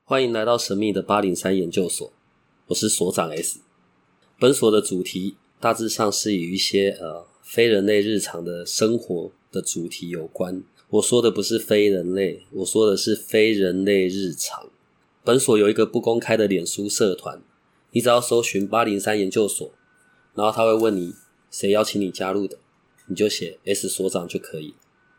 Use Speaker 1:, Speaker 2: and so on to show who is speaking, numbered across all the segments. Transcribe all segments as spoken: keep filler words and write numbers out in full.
Speaker 1: 欢迎来到神秘的八零三研究所，我是所长 S。 本所的主题大致上是与一些呃非人类日常的生活的主题有关。我说的不是非人类，我说的是非人类日常。本所有一个不公开的脸书社团，你只要搜寻八零三研究所，然后他会问你谁邀请你加入的，你就写 S 所长就可以。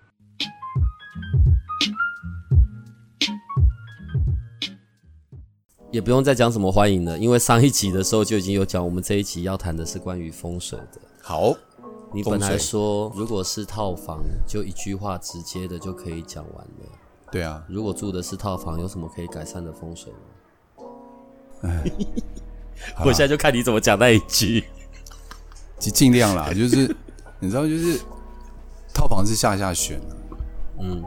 Speaker 1: 也不用再讲什么欢迎了，因为上一集的时候就已经有讲，我们这一集要谈的是关于风水的。
Speaker 2: 好，
Speaker 1: 你本来说如果是套房就一句话直接的就可以讲完了。
Speaker 2: 对啊，
Speaker 1: 如果住的是套房，有什么可以改善的风水吗？我现在就看你怎么讲那一句。
Speaker 2: 尽量啦，就是你知道，就是套房是下下选的。嗯。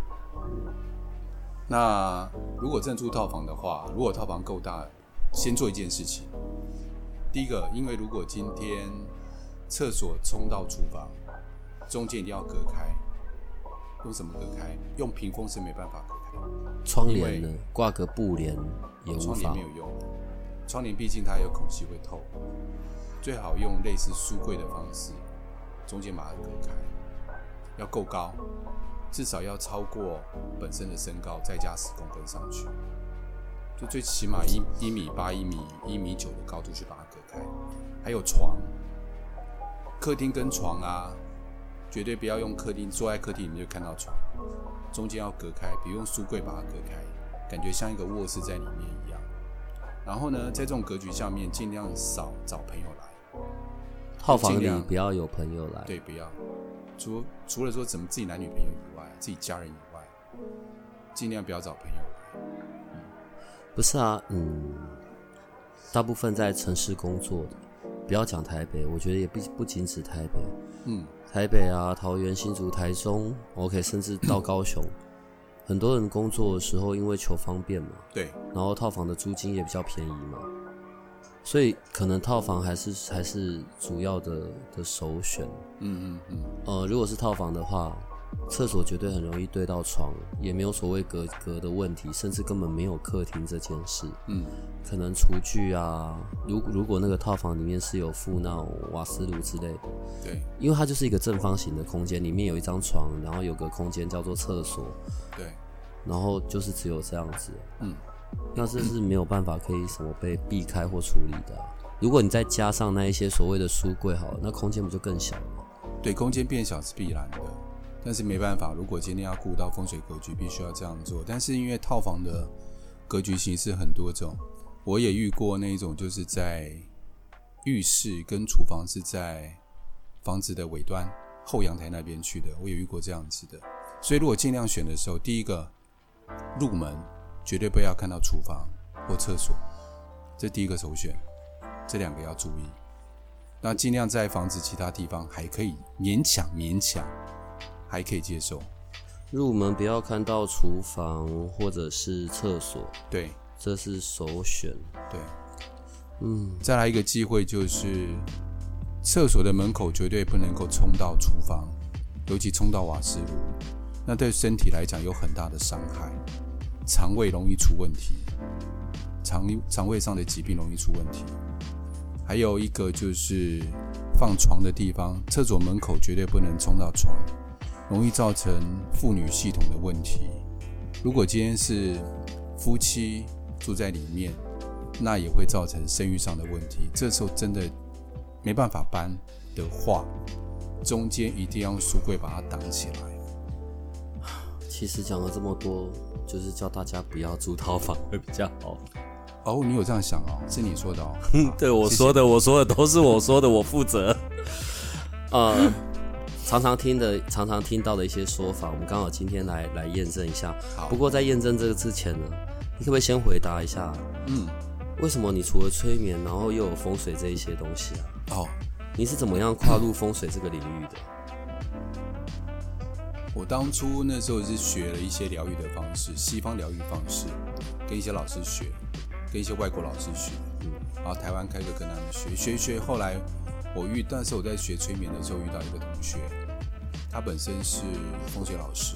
Speaker 2: 那如果真的住套房的话，如果套房够大，先做一件事情。第一个，因为如果今天厕所冲到厨房，中间一定要隔开。用什么隔开？用屏风是没办法隔开。
Speaker 1: 窗帘呢？挂个布帘也无法。
Speaker 2: 窗帘没有用，窗帘毕竟它有孔隙会透，最好用类似书柜的方式，中间把它隔开，要够高。至少要超过本身的身高，再加十公分上去，就最起码一一米八、一米一米九的高度去把它隔开。还有床，客厅跟床啊，绝对不要用客厅，坐在客厅里面就看到床，中间要隔开，比如用书柜把它隔开，感觉像一个卧室在里面一样。然后呢，在这种格局下面，尽量少找朋友来。
Speaker 1: 套房里不要有朋友来。
Speaker 2: 对，不要。除除了说怎么自己男女朋友以外，自己家人以外，尽量不要找朋友来。嗯、
Speaker 1: 不是啊，嗯，大部分在城市工作的，不要讲台北，我觉得也不不仅止台北，嗯，台北啊、桃园、新竹、台中 ，OK， 甚至到高雄，很多人工作的时候因为求方便嘛，
Speaker 2: 对，
Speaker 1: 然后套房的租金也比较便宜嘛。所以可能套房还是还是主要的的首选。嗯嗯嗯。呃，如果是套房的话，厕所绝对很容易对到床，也没有所谓隔隔的问题，甚至根本没有客厅这件事。嗯。可能厨具啊，如如果那个套房里面是有附那种瓦斯炉之类的，
Speaker 2: 对，
Speaker 1: 因为它就是一个正方形的空间，里面有一张床，然后有个空间叫做厕所。
Speaker 2: 对。
Speaker 1: 然后就是只有这样子。嗯。要是是没有办法可以什么被避开或处理的、啊，如果你再加上那一些所谓的书柜好了，那空间不就更小了？
Speaker 2: 对，空间变小是必然的，但是没办法，如果今天要顾到风水格局，必须要这样做。但是因为套房的格局形式很多种，我也遇过那种就是在浴室跟厨房是在房子的尾端后阳台那边去的，我也遇过这样子的。所以如果尽量选的时候，第一个入门。绝对不要看到厨房或厕所，这第一个首选，这两个要注意。那尽量在房子其他地方还可以勉强勉强还可以接受。
Speaker 1: 入门不要看到厨房或者是厕所，
Speaker 2: 对，
Speaker 1: 这是首选。
Speaker 2: 对，嗯，再来一个机会就是厕所的门口绝对不能够冲到厨房，尤其冲到瓦斯炉，那对身体来讲有很大的伤害。肠胃容易出问题， 肠, 肠胃上的疾病容易出问题。还有一个就是放床的地方，厕所门口绝对不能冲到床，容易造成妇女系统的问题。如果今天是夫妻住在里面，那也会造成生育上的问题。这时候真的没办法搬的话，中间一定要用书柜把它挡起来。
Speaker 1: 其实讲了这么多，就是叫大家不要住套房会比较好。
Speaker 2: 哦，你有这样想哦？是你说的哦。
Speaker 1: 对，我说的，谢谢我说的都是我说的，我负责。呃，常常听的、常常听到的一些说法，我们刚好今天来来验证一下。不过在验证这个之前呢，你可不可以先回答一下？嗯，为什么你除了催眠，然后又有风水这一些东西啊？哦，你是怎么样跨入风水这个领域的？
Speaker 2: 我当初那时候是学了一些疗愈的方式，西方疗愈方式，跟一些老师学，跟一些外国老师学，嗯，然后台湾开课跟他们学，学学。后来我遇，但是我在学催眠的时候遇到一个同学，他本身是风水老师，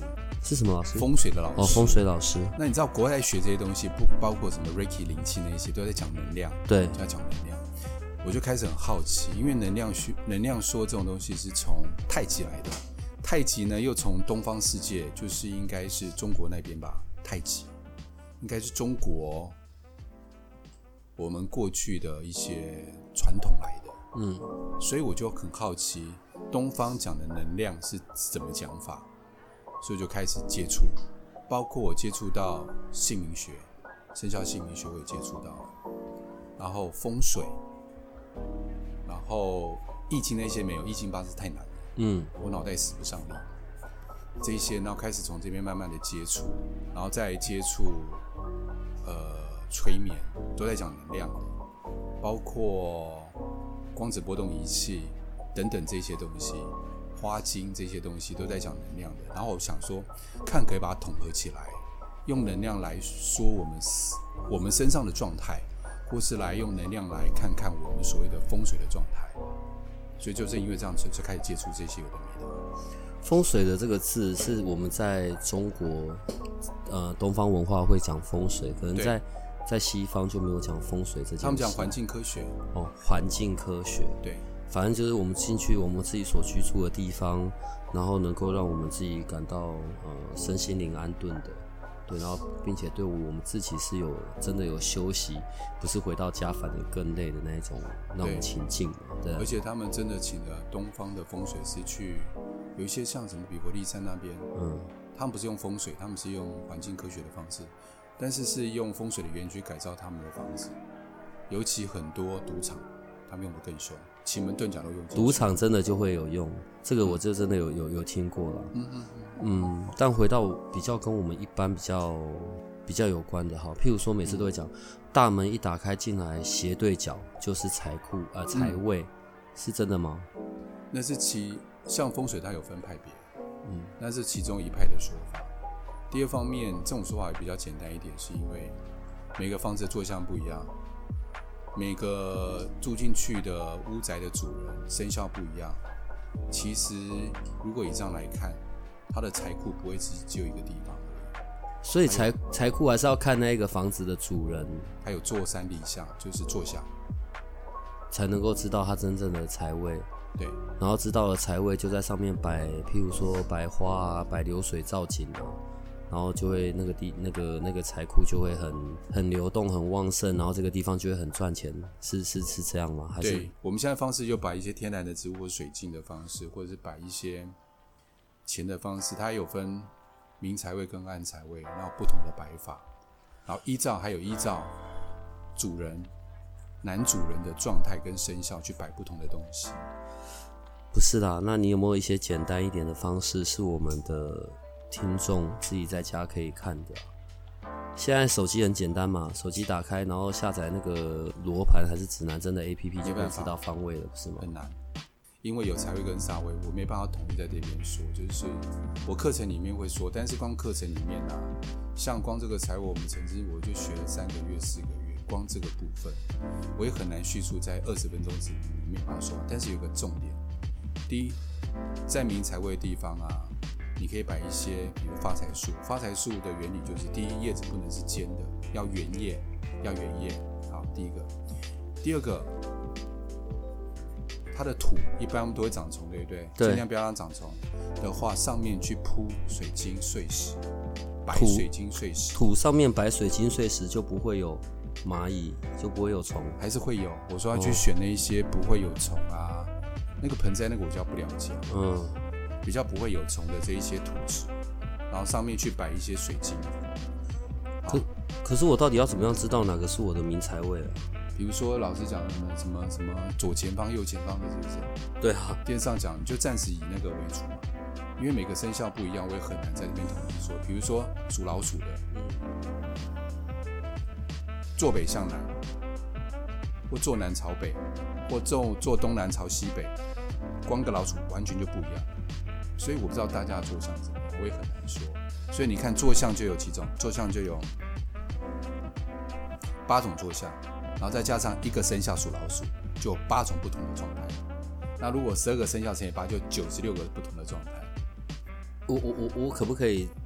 Speaker 1: 是什么老师？
Speaker 2: 风水的老师。
Speaker 1: 哦，风水老师。
Speaker 2: 那你知道国外在学这些东西，不包括什么 Reiki 灵气那些，都在讲能量。
Speaker 1: 对，
Speaker 2: 就在讲能量。我就开始很好奇，因为能量能量说这种东西是从太极来的，太极呢又从东方世界，就是应该是中国那边吧，太极应该是中国我们过去的一些传统来的。嗯，所以我就很好奇东方讲的能量是怎么讲法，所以就开始接触，包括我接触到姓名学，生肖姓名学我也接触到了，然后风水，然后易经那些没有，易经八字太难了，嗯，我脑袋使不上力，这一些，然后开始从这边慢慢的接触，然后再接触呃催眠，都在讲能量的，包括光子波动仪器等等这些东西，花精这些东西都在讲能量的。然后我想说，看可以把它统合起来，用能量来说我们我们身上的状态，或是来用能量来看看我们所谓的风水的状态。所以就是因为这样子，就开始接触这些有的没的。
Speaker 1: 风水的这个字是我们在中国呃东方文化会讲风水，可能在在西方就没有讲风水这件事。
Speaker 2: 他们讲环境科学。
Speaker 1: 哦，环境科学。
Speaker 2: 对。
Speaker 1: 反正就是我们进去我们自己所居住的地方，然后能够让我们自己感到呃身心灵安顿的，对，然后并且对我们自己是有真的有休息，不是回到家反而更累的那种那种情境嘛，对。
Speaker 2: 而且他们真的请了东方的风水师去，有一些像什么比佛利山那边，嗯，他们不是用风水，他们是用环境科学的方式，但是是用风水的原去改造他们的房子，尤其很多赌场，他们用的更凶。奇门遁甲都用，
Speaker 1: 赌场真的就会有用，这个我就真的有有有听过了。嗯嗯嗯。但回到比较跟我们一般比较比较有关的哈，譬如说每次都会讲，大门一打开进来，斜对角就是财库呃财位，嗯，是真的吗？
Speaker 2: 那是其像风水它有分派别，嗯，那是其中一派的说法。第二方面，这种说法也比较简单一点，是因为每个房子的坐向不一样。每个住进去的屋宅的主人生肖不一样，其实如果以这样来看，他的财库不会只只有一个地方，
Speaker 1: 所以财财库还是要看那个房子的主人，
Speaker 2: 还有坐山立向，就是坐向，
Speaker 1: 才能够知道他真正的财位。
Speaker 2: 对，
Speaker 1: 然后知道了财位就在上面摆，譬如说摆花啊，摆流水造景啊。然后就会那个地那个那个财库就会很很流动很旺盛，然后这个地方就会很赚钱，是是是这样吗？还是
Speaker 2: 对，我们现在方式就摆一些天然的植物或水晶的方式，或者是摆一些钱的方式，它有分明财位跟暗财位，然后不同的摆法，然后依照还有依照主人男主人的状态跟生肖去摆不同的东西。
Speaker 1: 不是啦，那你有没有一些简单一点的方式，是我们的听众自己在家可以看的？现在手机很简单嘛，手机打开，然后下载那个罗盘还是指南针的 A P P 就可以知道方位了，不是吗？
Speaker 2: 很难，因为有财位跟煞位，我没办法统一在这边说。就是我课程里面会说，但是光课程里面啊，像光这个财位，我们曾经我就学了三个月、四个月，光这个部分，我也很难叙述在二十分钟之内没办法说完。但是有个重点，第一，在明财位的地方啊。你可以摆一些，比如发财树。发财树的原理就是，第一，叶子不能是尖的，要圆叶，要圆叶。好，第一个。第二个，它的土一般都会长虫，对不对？
Speaker 1: 对。
Speaker 2: 尽量不要让长虫的话，上面去铺水晶碎石，摆水晶碎石。
Speaker 1: 土上面摆水晶碎石就不会有蚂蚁，就不会有虫。
Speaker 2: 还是会有。我说要去选那一些不会有虫啊，哦、那个盆栽那个我就不了解。嗯。比较不会有虫的这一些土质，然后上面去摆一些水晶。
Speaker 1: 可可是我到底要怎么样知道哪个是我的明财位啊？
Speaker 2: 比如说老师讲什么什么什么左前方右前方的，是不是？
Speaker 1: 对啊。
Speaker 2: 电视上讲，你就暂时以那个为主嘛，因为每个生肖不一样，我也很难在这边统一说。比如说属老鼠的，坐北向南，或坐南朝北，或坐坐东南朝西北，光个老鼠完全就不一样。所以我不知道大家的坐向怎么样，我也很难说。所以你看坐向就有几种，坐向就有八种坐向，然后再加上一个生肖属老鼠，就有八种不同的状态。那如果十二个生肖乘以八，就九十六个不同的状态。
Speaker 1: 我我我我可不可以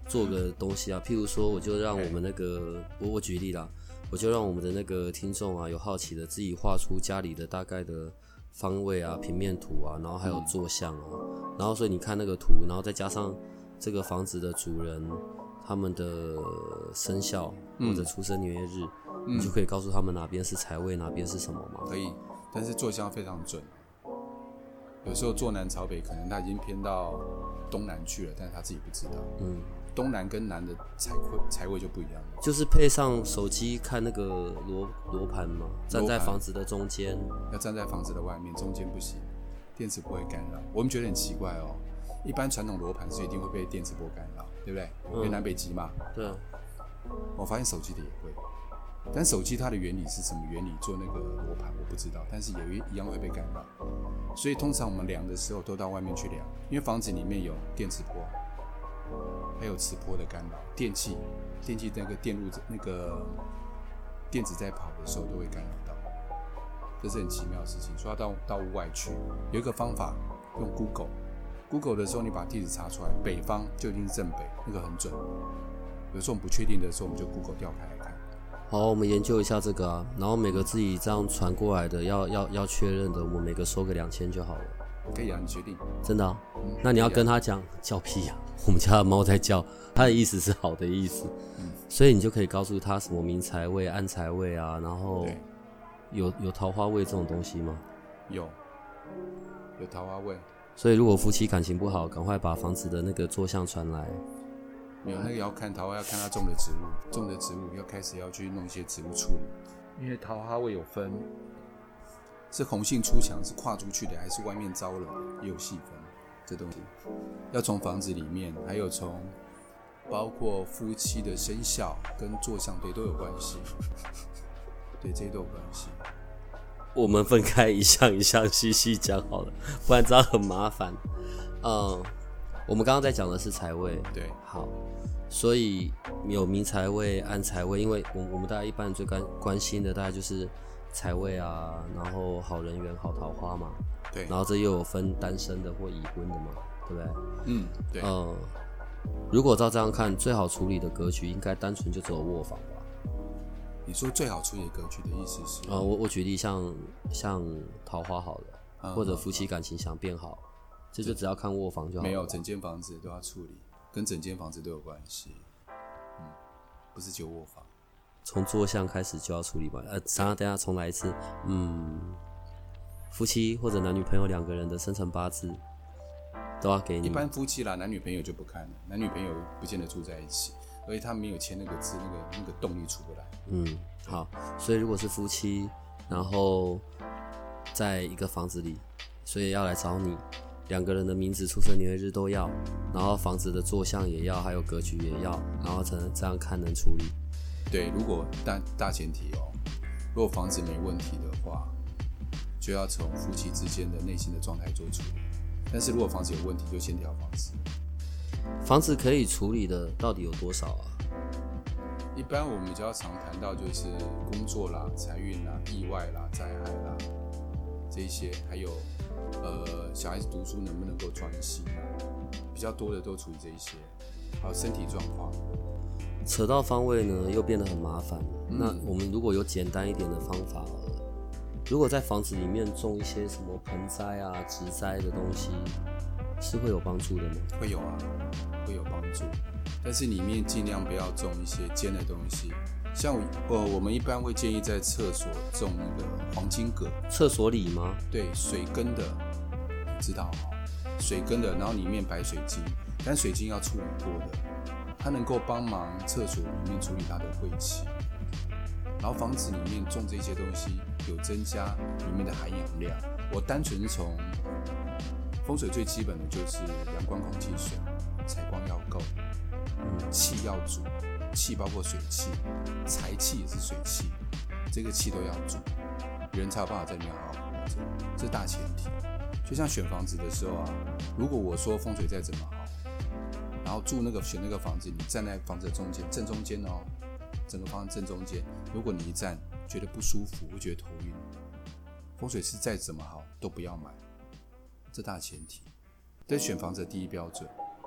Speaker 1: 做个东西啊，譬如说，我就让我们那个，我我举例啦，我就让我们的那个听众啊，有好奇的自己画出家里的大概的方位啊、平面图啊，然后还有坐向啊，然后所以你看那个图，然后再加上这个房子的主人他们的生肖或者出生年月日，嗯、你就可以告诉他们哪边是财位，哪边是什么吗？
Speaker 2: 可以，但是坐向非常准。有时候坐南朝北，可能他已经偏到东南去了，但是他自己不知道。嗯，东南跟南的财位财位就不一样了。
Speaker 1: 就是配上手机看那个罗罗盘嘛，站在房子的中间，
Speaker 2: 要站在房子的外面，中间不行，电磁波会干扰。我们觉得很奇怪哦，一般传统罗盘是一定会被电磁波干扰，对不对？嗯、因为南北极嘛。
Speaker 1: 对啊。
Speaker 2: 我发现手机的也会。但手机它的原理是什么原理做那个罗盘我不知道，但是也一样会被干扰，所以通常我们量的时候都到外面去量，因为房子里面有电磁波，还有磁波的干扰，电器、电器那个电路那个电子在跑的时候都会干扰到，这是很奇妙的事情。所以要到到户外去，有一个方法用 Google，Google 的时候你把地址查出来，北方就一定是正北，那个很准。有时候我们不确定的时候，我们就 Google 调开来看。
Speaker 1: 好，我们研究一下这个啊，然后每个自己这样传过来的，要要要确认的，我们每个收个两千就好了。
Speaker 2: 可以啊，你决定。
Speaker 1: 真的啊？嗯、那你要跟他讲叫屁啊！我们家的猫在叫，它的意思是好的意思，嗯、所以你就可以告诉他什么明财位、暗财位啊，然后有有桃花位这种东西吗？
Speaker 2: 有，有桃花位。
Speaker 1: 所以如果夫妻感情不好，赶快把房子的那个坐向传来。
Speaker 2: 没有，那个要看桃花，要看他种的植物，种的植物要开始要去弄一些植物处理，因为桃花位有分，是红杏出墙，是跨出去的，还是外面招了，也有细分。这东西要从房子里面，还有从包括夫妻的生肖跟坐向对都有关系，对，这些都有关系。
Speaker 1: 我们分开一项一项细细讲好了，不然这样很麻烦。嗯。我们刚刚在讲的是财位，
Speaker 2: 对，
Speaker 1: 好，所以有明财位、暗财位，因为我我们大家一般最关关心的大概就是财位啊，然后好人缘、好桃花嘛，
Speaker 2: 对，
Speaker 1: 然后这又有分单身的或已婚的嘛，对不对？
Speaker 2: 嗯，对。
Speaker 1: 嗯，如果照这样看，最好处理的格局应该单纯就只有卧房吧？
Speaker 2: 你说最好处理的格局的意思是？
Speaker 1: 啊、呃，我我举例像像桃花好了，嗯、或者夫妻感情想变好。这就只要看卧房就好了。
Speaker 2: 没有，整间房子都要处理，跟整间房子都有关系。嗯，不是只有卧房。
Speaker 1: 从坐向开始就要处理吧？呃，等下等下重来一次。嗯，夫妻或者男女朋友两个人的生辰八字都要给你。
Speaker 2: 一般夫妻啦，男女朋友就不看了，男女朋友不见得住在一起，而且他没有签那个字，那个那个动力出不来。
Speaker 1: 嗯，好，所以如果是夫妻，然后在一个房子里，所以要来找你。两个人的名字、出生年月日都要，然后房子的坐向也要，还有格局也要，然后才能这样看能处理。
Speaker 2: 对，如果 大, 大前提哦，如果房子没问题的话，就要从夫妻之间的内心的状态做处理。但是如果房子有问题，就先调房子。
Speaker 1: 房子可以处理的到底有多少啊？
Speaker 2: 一般我们比较常谈到就是工作啦、财运啦、意外啦、灾害啦这一些，还有。呃，小孩子读书能不能够专心，比较多的都处理这一些，还有身体状况。
Speaker 1: 扯到方位呢，又变得很麻烦。嗯、那我们如果有简单一点的方法，如果在房子里面种一些什么盆栽啊、植栽的东西，是会有帮助的吗？
Speaker 2: 会有啊，会有帮助。但是里面尽量不要种一些尖的东西。像呃，我们一般会建议在厕所种那个黄金葛。
Speaker 1: 厕所里吗？
Speaker 2: 对，水根的，知道哦，水根的，然后里面摆水晶，但水晶要处理过的，它能够帮忙厕所里面处理它的晦气。然后房子里面种这些东西，有增加里面的含氧量。我单纯从风水最基本的就是阳光、空气、水，采光要够，嗯，气要足。气包括水气，财气也是水气，这个气都要足，人才有办法在里面好好活着，这是大前提。就像选房子的时候啊，如果我说风水再怎么好，然后住那个选那个房子，你站在房子的中间，正中间哦，整个房子正中间，如果你一站觉得不舒服，会觉得头晕，风水师再怎么好都不要买，这大前提。这是选房子的第一标准。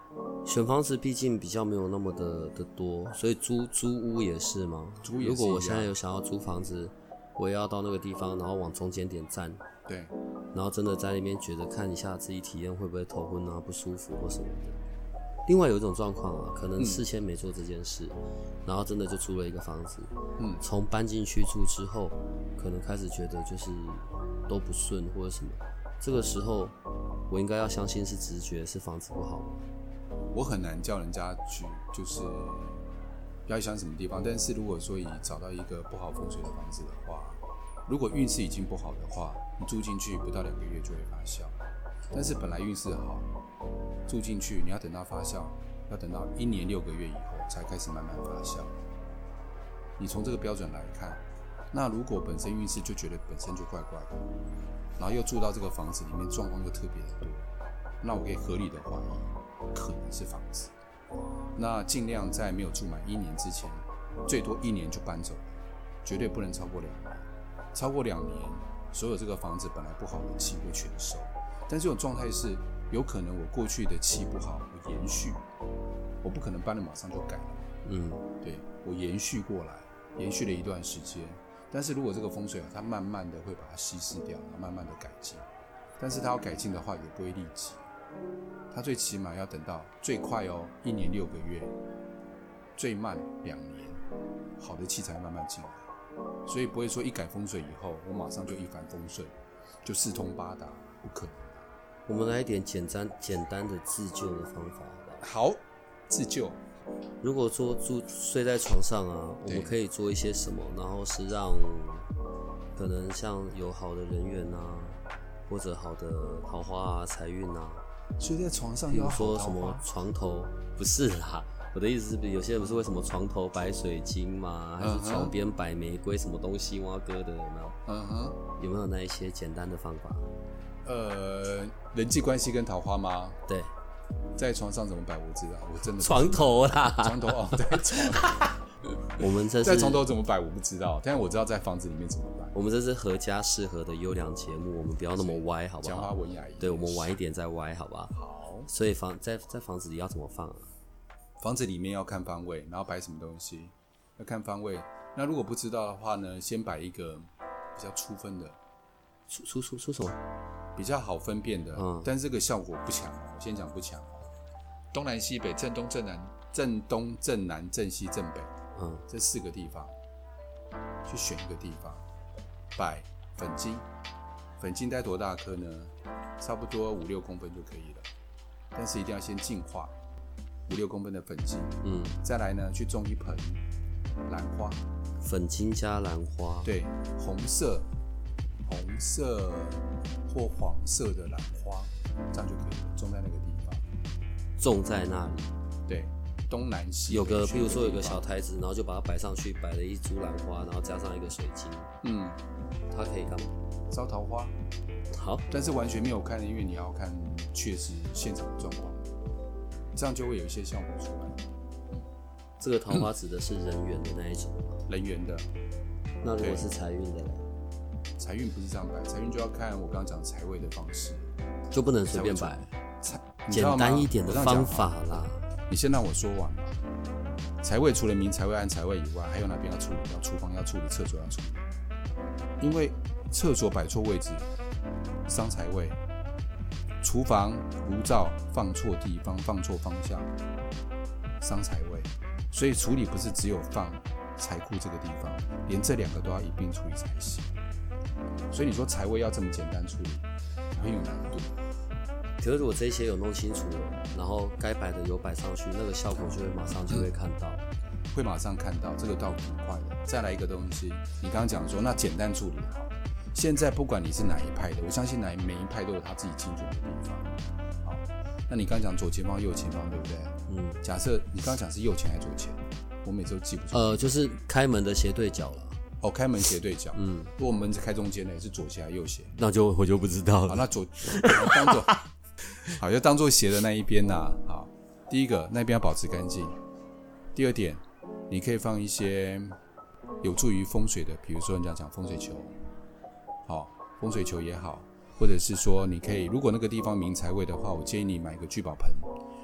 Speaker 1: 选房子毕竟比较没有那么的的多，所以租租屋也是吗？
Speaker 2: 租屋也是一样。
Speaker 1: 如果我现在有想要租房子，我也要到那个地方，然后往中间点站，
Speaker 2: 对，
Speaker 1: 然后真的在那边觉得看一下自己体验会不会头昏啊、不舒服或什么的。另外有一种状况啊，可能事先没做这件事，嗯、然后真的就租了一个房子，嗯，从搬进去住之后，可能开始觉得就是都不顺或者什么，这个时候我应该要相信是直觉，是房子不好吗？
Speaker 2: 我很难叫人家去，就是不要想什么地方。但是如果说你找到一个不好风水的房子的话，如果运势已经不好的话，你住进去不到两个月就会发酵。但是本来运势好，住进去你要等到发酵，要等到一年六个月以后才开始慢慢发酵。你从这个标准来看，那如果本身运势就觉得本身就怪怪的，然后又住到这个房子里面状况又特别的多，那我可以合理的怀疑可能是房子。那尽量在没有住满一年之前，最多一年就搬走了，绝对不能超过两年。超过两年，所有这个房子本来不好的气会全收。但这种状态是有可能我过去的气不好，我延续，我不可能搬了马上就改了。嗯，对，我延续过来，延续了一段时间。但是如果这个风水它慢慢的会把它稀释掉，然后慢慢的改进。但是它要改进的话，也不会立即，它最起码要等到最快哦，一年六个月，最慢两年，好的气才慢慢进来。所以不会说一改风水以后，我马上就一帆风顺，就四通八达，不可能。
Speaker 1: 我们来一点简单简单的自救的方法好不
Speaker 2: 好？好，自救。
Speaker 1: 如果说住睡在床上啊，我们可以做一些什么？然后是让可能像有好的人缘啊，或者好的桃花啊、财运啊。
Speaker 2: 睡在床上要好桃花？
Speaker 1: 比如说什么床头？不是啦，我的意思是，有些人不是为什么床头摆水晶吗？还是床边摆玫瑰什么东西挖哥的有没有？嗯哼，有没有那一些简单的方法？
Speaker 2: 呃，人际关系跟桃花吗？
Speaker 1: 对，
Speaker 2: 在床上怎么摆我知道，我真的
Speaker 1: 床头啦，
Speaker 2: 床头哦，在床。
Speaker 1: 我们这是
Speaker 2: 在床头怎么摆我不知道，但是我知道在房子里面怎么摆。
Speaker 1: 我们这是合家适合的优良节目，我们不要那么歪，好不好？
Speaker 2: 讲话文雅一点。
Speaker 1: 对，我们晚一点再歪，好不好？
Speaker 2: 好。
Speaker 1: 所以房在在房子里要怎么放啊？
Speaker 2: 房子里面要看方位，然后摆什么东西，要看方位。那如果不知道的话呢，先摆一个比较粗分的，
Speaker 1: 粗粗粗粗什么？
Speaker 2: 比较好分辨的，嗯，但是这个效果不强哦。我先讲不强哦。东南西北、正东正南、正东正南、正西正北，嗯，这四个地方，去选一个地方摆粉晶。粉晶带多大颗呢？差不多五六公分就可以了，但是一定要先净化。五六公分的粉晶，嗯，再来呢，去种一盆兰花，
Speaker 1: 粉晶加兰花，
Speaker 2: 对，红色、红色或黄色的兰花，这样就可以了，种在那个地方，
Speaker 1: 种在那里，
Speaker 2: 对，东南西北
Speaker 1: 有个，比如说有个小台子，然后就把它摆上去，摆了一株兰花，然后加上一个水晶，嗯，它可以干嘛？
Speaker 2: 招桃花。
Speaker 1: 好，
Speaker 2: 但是完全没有看，因为你要看确实现场的状况。这样就会有一些效果出来。
Speaker 1: 这个桃花指的是人缘的那一种吗？
Speaker 2: 人缘的。
Speaker 1: 那如果是财运的呢？
Speaker 2: 财运不是这样摆，财运就要看我刚刚讲财位的方式，
Speaker 1: 就不能随便摆。简单一点的方法啦。
Speaker 2: 你先让我说完吧。财位除了明财位、暗财位以外，还有哪边要处理掉？厨房要处理，厕所要处理。因为厕所摆错位置，伤财位。厨房炉灶放错地方，放错方向，伤财位，所以处理不是只有放财库这个地方，连这两个都要一并处理才行。所以你说财位要这么简单处理，很有难度。
Speaker 1: 可是如果这些有弄清楚了，然后该摆的有摆上去，那个效果就会马上就会看到，
Speaker 2: 嗯、会马上看到，这个倒挺快的。再来一个东西，你刚刚讲说那简单处理好。现在不管你是哪一派的，我相信哪每一派都有他自己精准的地方。好，那你刚刚讲左前方、右前方，对不对？嗯。假设你刚刚讲是右前还是左前？我每次都记不住。
Speaker 1: 呃，就是开门的斜对角了。
Speaker 2: 哦，开门斜对角。嗯。如果门是开中间的，是左斜还是右斜？
Speaker 1: 那就我就不知道了。
Speaker 2: 好，那左当做好，就当做斜的那一边呐、啊。好，第一个那边要保持干净。第二点，你可以放一些有助于风水的，比如说人家讲风水球。好，风水球也好，或者是说你可以，如果那个地方明财位的话，我建议你买一个聚宝盆，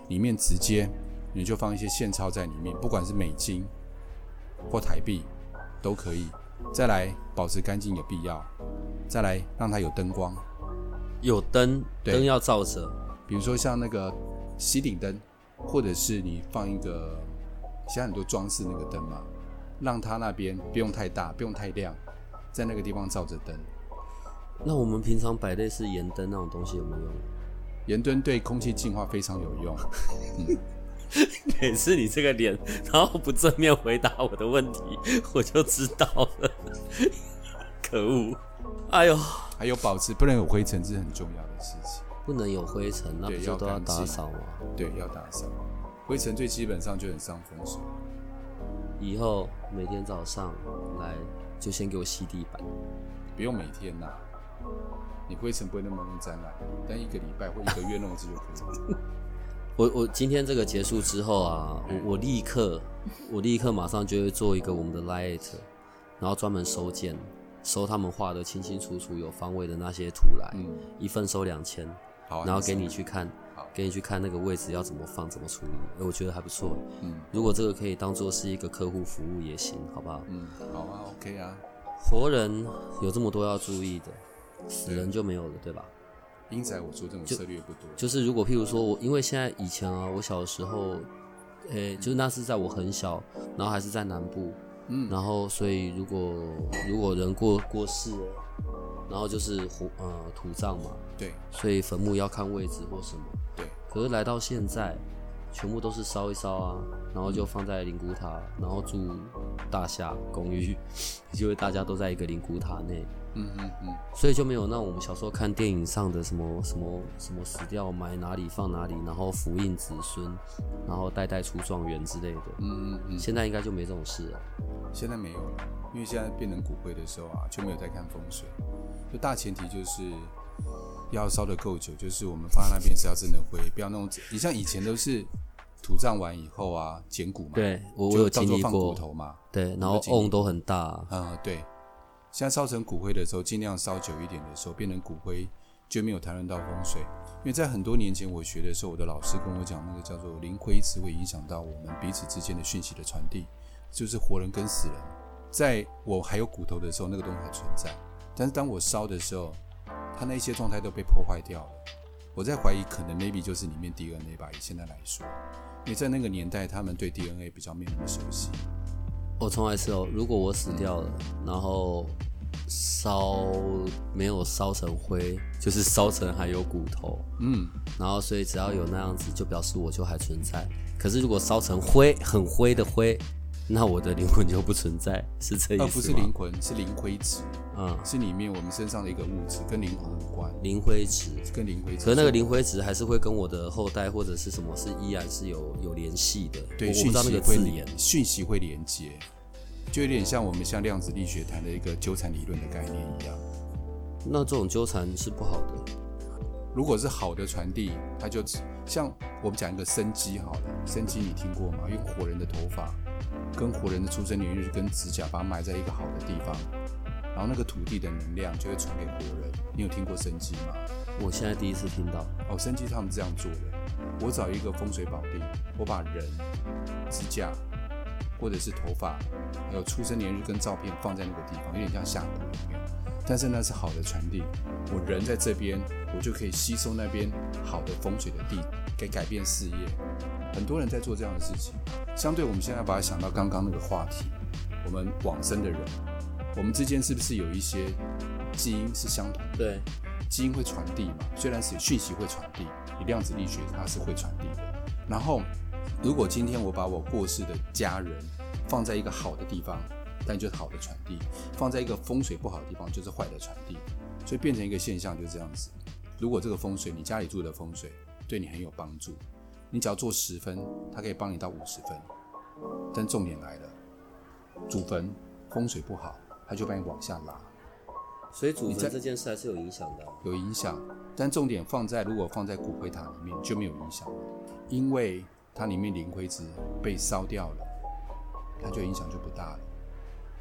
Speaker 2: 里面直接你就放一些现钞在里面，不管是美金或台币都可以。再来保持干净有必要，再来让它有灯光，
Speaker 1: 有灯，灯要照着，
Speaker 2: 比如说像那个吸顶灯，或者是你放一个现在很多装饰那个灯嘛，让它那边不用太大，不用太亮，在那个地方照着灯。
Speaker 1: 那我们平常摆类似盐灯那种东西有没有用？
Speaker 2: 盐灯对空气净化非常有用。嗯，
Speaker 1: 每次你这个脸，然后不正面回答我的问题，我就知道了。可恶！哎呦，
Speaker 2: 还有保持不能有灰尘是很重要的事情。
Speaker 1: 不能有灰尘，那不就都要打扫吗？
Speaker 2: 对，要打扫。灰尘最基本上就很伤风水。
Speaker 1: 以后每天早上来就先给我吸地板。
Speaker 2: 不用每天呐、啊，你灰尘不会那么容易沾染，但一个礼拜或一个月弄一次就可以了。
Speaker 1: 我我今天这个结束之后啊，我我立刻我立刻马上就会做一个我们的 Light， 然后专门收件，收他们画的清清楚楚有方位的那些图来，嗯、一份收两千，
Speaker 2: 好、啊，
Speaker 1: 然后给你去看，给你去看那个位置要怎么放怎么处理，我觉得还不错。嗯，如果这个可以当做是一个客户服务也行，好不好？
Speaker 2: 嗯，好啊 ，OK 啊。
Speaker 1: 活人有这么多要注意的，死人就没有了，对吧？
Speaker 2: 因此我做这种策略不多。
Speaker 1: 就, 就是如果譬如说我，因为现在以前啊，我小的时候，诶、欸，就是那是在我很小，然后还是在南部，嗯，然后所以如果如果人过过世了，然后就是呃土葬嘛，
Speaker 2: 对，
Speaker 1: 所以坟墓要看位置或什么，
Speaker 2: 对。
Speaker 1: 可是来到现在，全部都是烧一烧啊，然后就放在灵骨塔，然后住大厦公寓，因为大家都在一个灵骨塔内。嗯嗯嗯，所以就没有那种我们小时候看电影上的什么什么什么死掉埋哪里放哪里，然后福荫子孙，然后代代出状元之类的。嗯嗯嗯，现在应该就没这种事了。
Speaker 2: 现在没有了，因为现在变成骨灰的时候啊，就没有在看风水。就大前提就是要烧得够久，就是我们放在那边是要真的灰，不要那种。你像以前都是土葬完以后啊，捡骨嘛，
Speaker 1: 对我我有经历过，
Speaker 2: 放骨头嘛，
Speaker 1: 对，然后瓮都很大、啊。
Speaker 2: 嗯，对。现在烧成骨灰的时候，尽量烧久一点的时候，变成骨灰就没有谈论到风水。因为在很多年前我学的时候，我的老师跟我讲，那个叫做灵灰池会影响到我们彼此之间的讯息的传递，就是活人跟死人。在我还有骨头的时候，那个东西还存在，但是当我烧的时候，它那些状态都被破坏掉了。我在怀疑，可能 maybe 就是里面 D N A 吧。以现在来说，因为在那个年代，他们对 D N A 比较没那么熟悉。
Speaker 1: 我重来一次哦，如果我死掉了，嗯、然后烧没有烧成灰，就是烧成还有骨头，嗯，然后所以只要有那样子，就表示我就还存在。可是如果烧成灰，很灰的灰，那我的灵魂就不存在，是这意思吗？
Speaker 2: 呃，不是灵魂，是灵灰质，嗯，是里面我们身上的一个物质，跟灵魂无关。
Speaker 1: 灵灰质
Speaker 2: 跟灵灰质，
Speaker 1: 可是那个灵灰质还是会跟我的后代或者是什么，是依然是有有联系的。
Speaker 2: 对，
Speaker 1: 我不知道那个字眼，
Speaker 2: 讯息会连接，就有点像我们像量子力学谈的一个纠缠理论的概念一样。
Speaker 1: 那这种纠缠是不好的。
Speaker 2: 如果是好的传递，它就像我们讲一个生机好了，生机你听过吗？用活人的头发跟活人的出生年月日跟指甲，把它埋在一个好的地方，然后那个土地的能量就会传给活人。你有听过生机吗？
Speaker 1: 我现在第一次听到。
Speaker 2: 哦，生机他们这样做的。我找一个风水宝地，我把人、指甲或者是头发，还有出生年日跟照片放在那个地方，有点像下蛊有没有？但是那是好的传递，我人在这边，我就可以吸收那边好的风水的地，给改变事业。很多人在做这样的事情。相对我们现在把它想到刚刚那个话题，我们往生的人，我们之间是不是有一些基因是相同的？
Speaker 1: 对，
Speaker 2: 基因会传递嘛，虽然是讯息会传递，以量子力学它是会传递的。然后如果今天我把我过世的家人放在一个好的地方，但就是好的传递；放在一个风水不好的地方，就是坏的传递。所以变成一个现象，就是这样子。如果这个风水，你家里住的风水对你很有帮助，你只要做十分，它可以帮你到五十分。但重点来了，祖坟风水不好，它就把你往下拉。
Speaker 1: 所以祖坟这件事还是有影响的、啊，
Speaker 2: 有影响。但重点放在，如果放在骨灰塔里面就没有影响了，因为它里面灵灰质被烧掉了，它就影响就不大了。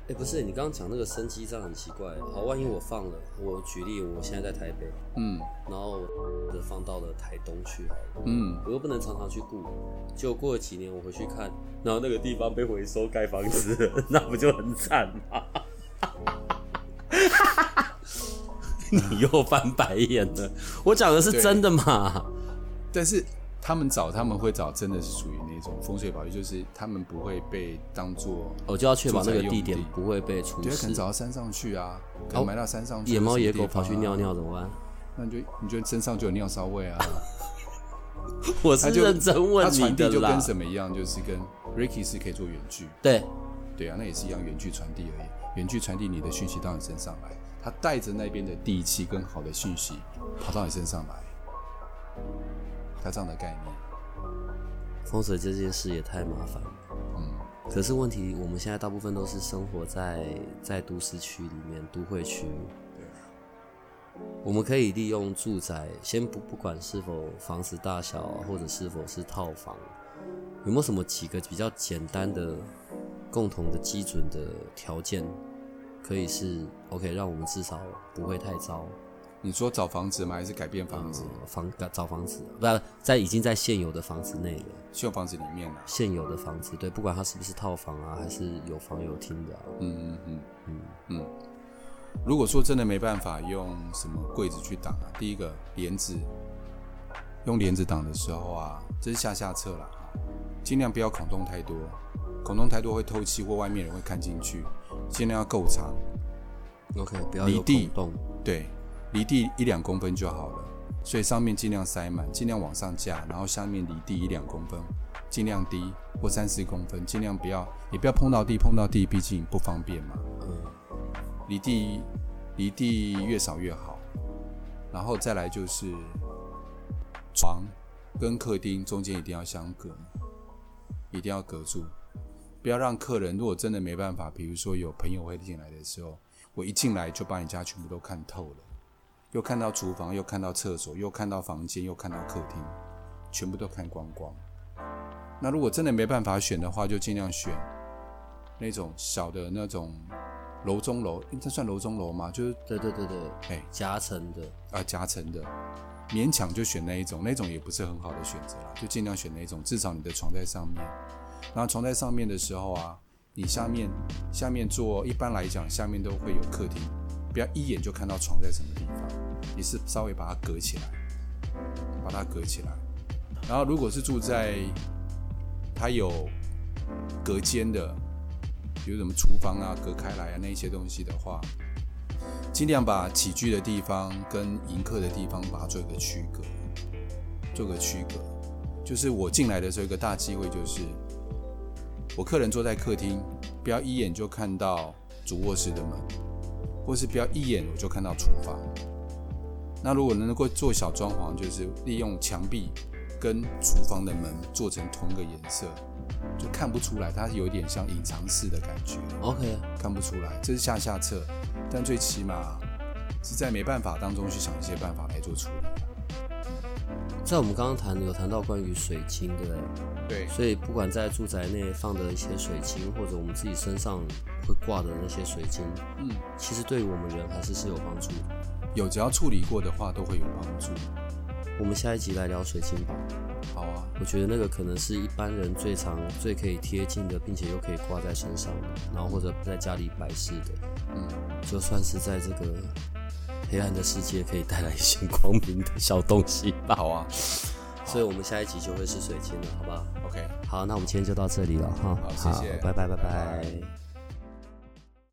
Speaker 1: 哎、欸，不是，你刚刚讲那个生机这样很奇怪。好，万一我放了，我举例，我现在在台北，
Speaker 2: 嗯，
Speaker 1: 然后我放到了台东去好了，
Speaker 2: 嗯，
Speaker 1: 我又不能常常去顾，结果过了几年我回去看，然后那个地方被回收盖房子了，那不就很惨吗？你又翻白眼了，我讲的是真的嘛？
Speaker 2: 但是他们找他们会找真的是属于那种风水宝地，就是他们不会被当作，
Speaker 1: 我就要确保那个地点不会被出事。
Speaker 2: 对，可能找到山上去啊，可能埋到山上去、啊，
Speaker 1: 野猫野狗跑去尿尿怎么办？
Speaker 2: 那你就你就身上就有尿骚味啊。
Speaker 1: 我是认真问你的啦。
Speaker 2: 他传递就跟什么一样，就是跟 Reiki 是可以做远距。
Speaker 1: 对，
Speaker 2: 对啊，那也是一样远距传递而已。远距传递你的讯息到你身上来，他带着那边的地气跟好的讯息跑到你身上来，他这样的概念。
Speaker 1: 风水这件事也太麻烦了。嗯，可是问题，我们现在大部分都是生活在在都市区里面，都会区。我们可以利用住宅，先不不管是否房子大小，或者是否是套房，有没有什么几个比较简单的、共同的基准的条件，可以是 OK， 让我们至少不会太糟。
Speaker 2: 你说找房子吗？还是改变房子？
Speaker 1: 呃、房找房子，不是在已经在现有的房子内了。
Speaker 2: 现有房子里面啊？
Speaker 1: 现有的房子，对，不管它是不是套房啊，还是有房有厅的、啊。
Speaker 2: 嗯嗯嗯嗯嗯。如果说真的没办法用什么柜子去挡啊，第一个帘子，用帘子挡的时候啊，这是下下策啦，尽量不要孔洞太多，孔洞太多会透气或外面人会看进去，尽量要够长。
Speaker 1: OK， 不要有孔洞。
Speaker 2: 对。离地一两公分就好了，所以上面尽量塞满，尽量往上架，然后下面离地一两公分，尽量低或三四公分，尽量不要，也不要碰到地，碰到地毕竟不方便嘛。嗯，离地离地越少越好，然后再来就是床跟客厅中间一定要相隔，一定要隔住，不要让客人如果真的没办法，比如说有朋友会进来的时候，我一进来就把你家全部都看透了。又看到厨房，又看到厕所，又看到房间，又看到客厅，全部都看光光。那如果真的没办法选的话，就尽量选那种小的那种楼中楼，这算楼中楼吗？就是
Speaker 1: 对对对对，
Speaker 2: 哎，
Speaker 1: 夹层的
Speaker 2: 啊，夹层的，勉强就选那一种，那种也不是很好的选择啦，就尽量选那一种，至少你的床在上面。然后床在上面的时候啊，你下面下面坐，一般来讲下面都会有客厅。不要一眼就看到床在什么地方，你是稍微把它隔起来，把它隔起来。然后如果是住在它有隔间的，比如什么厨房啊隔开来啊那一些东西的话，尽量把起居的地方跟迎客的地方把它做一个区隔，做个区隔。就是我进来的时候，一个大机会就是我客人坐在客厅，不要一眼就看到主卧室的门。或是不要一眼我就看到厨房。那如果能够做小装潢，就是利用墙壁跟厨房的门做成同一个颜色，就看不出来，它有点像隐藏式的感觉。
Speaker 1: OK，
Speaker 2: 看不出来，这是下下策，但最起码是在没办法当中去想一些办法来做处理。
Speaker 1: 在我们刚刚谈有谈到关于水晶，对不对？
Speaker 2: 对。
Speaker 1: 所以不管在住宅内放的一些水晶，或者我们自己身上会挂的那些水晶，嗯，其实对于我们人还是是有帮助的。
Speaker 2: 有，只要处理过的话，都会有帮助。
Speaker 1: 我们下一集来聊水晶吧。
Speaker 2: 好啊。
Speaker 1: 我觉得那个可能是一般人最常、最可以贴近的，并且又可以挂在身上的，然后或者在家里摆饰的。嗯，就算是在这个黑暗的世界可以带来一些光明的小东西吧。
Speaker 2: 好啊，
Speaker 1: 所以我们下一集就会是水晶了，好不好
Speaker 2: ？OK，
Speaker 1: 好，那我们今天就到这里了哈。
Speaker 2: 好，谢谢，
Speaker 1: 拜拜，拜拜。
Speaker 2: 拜拜。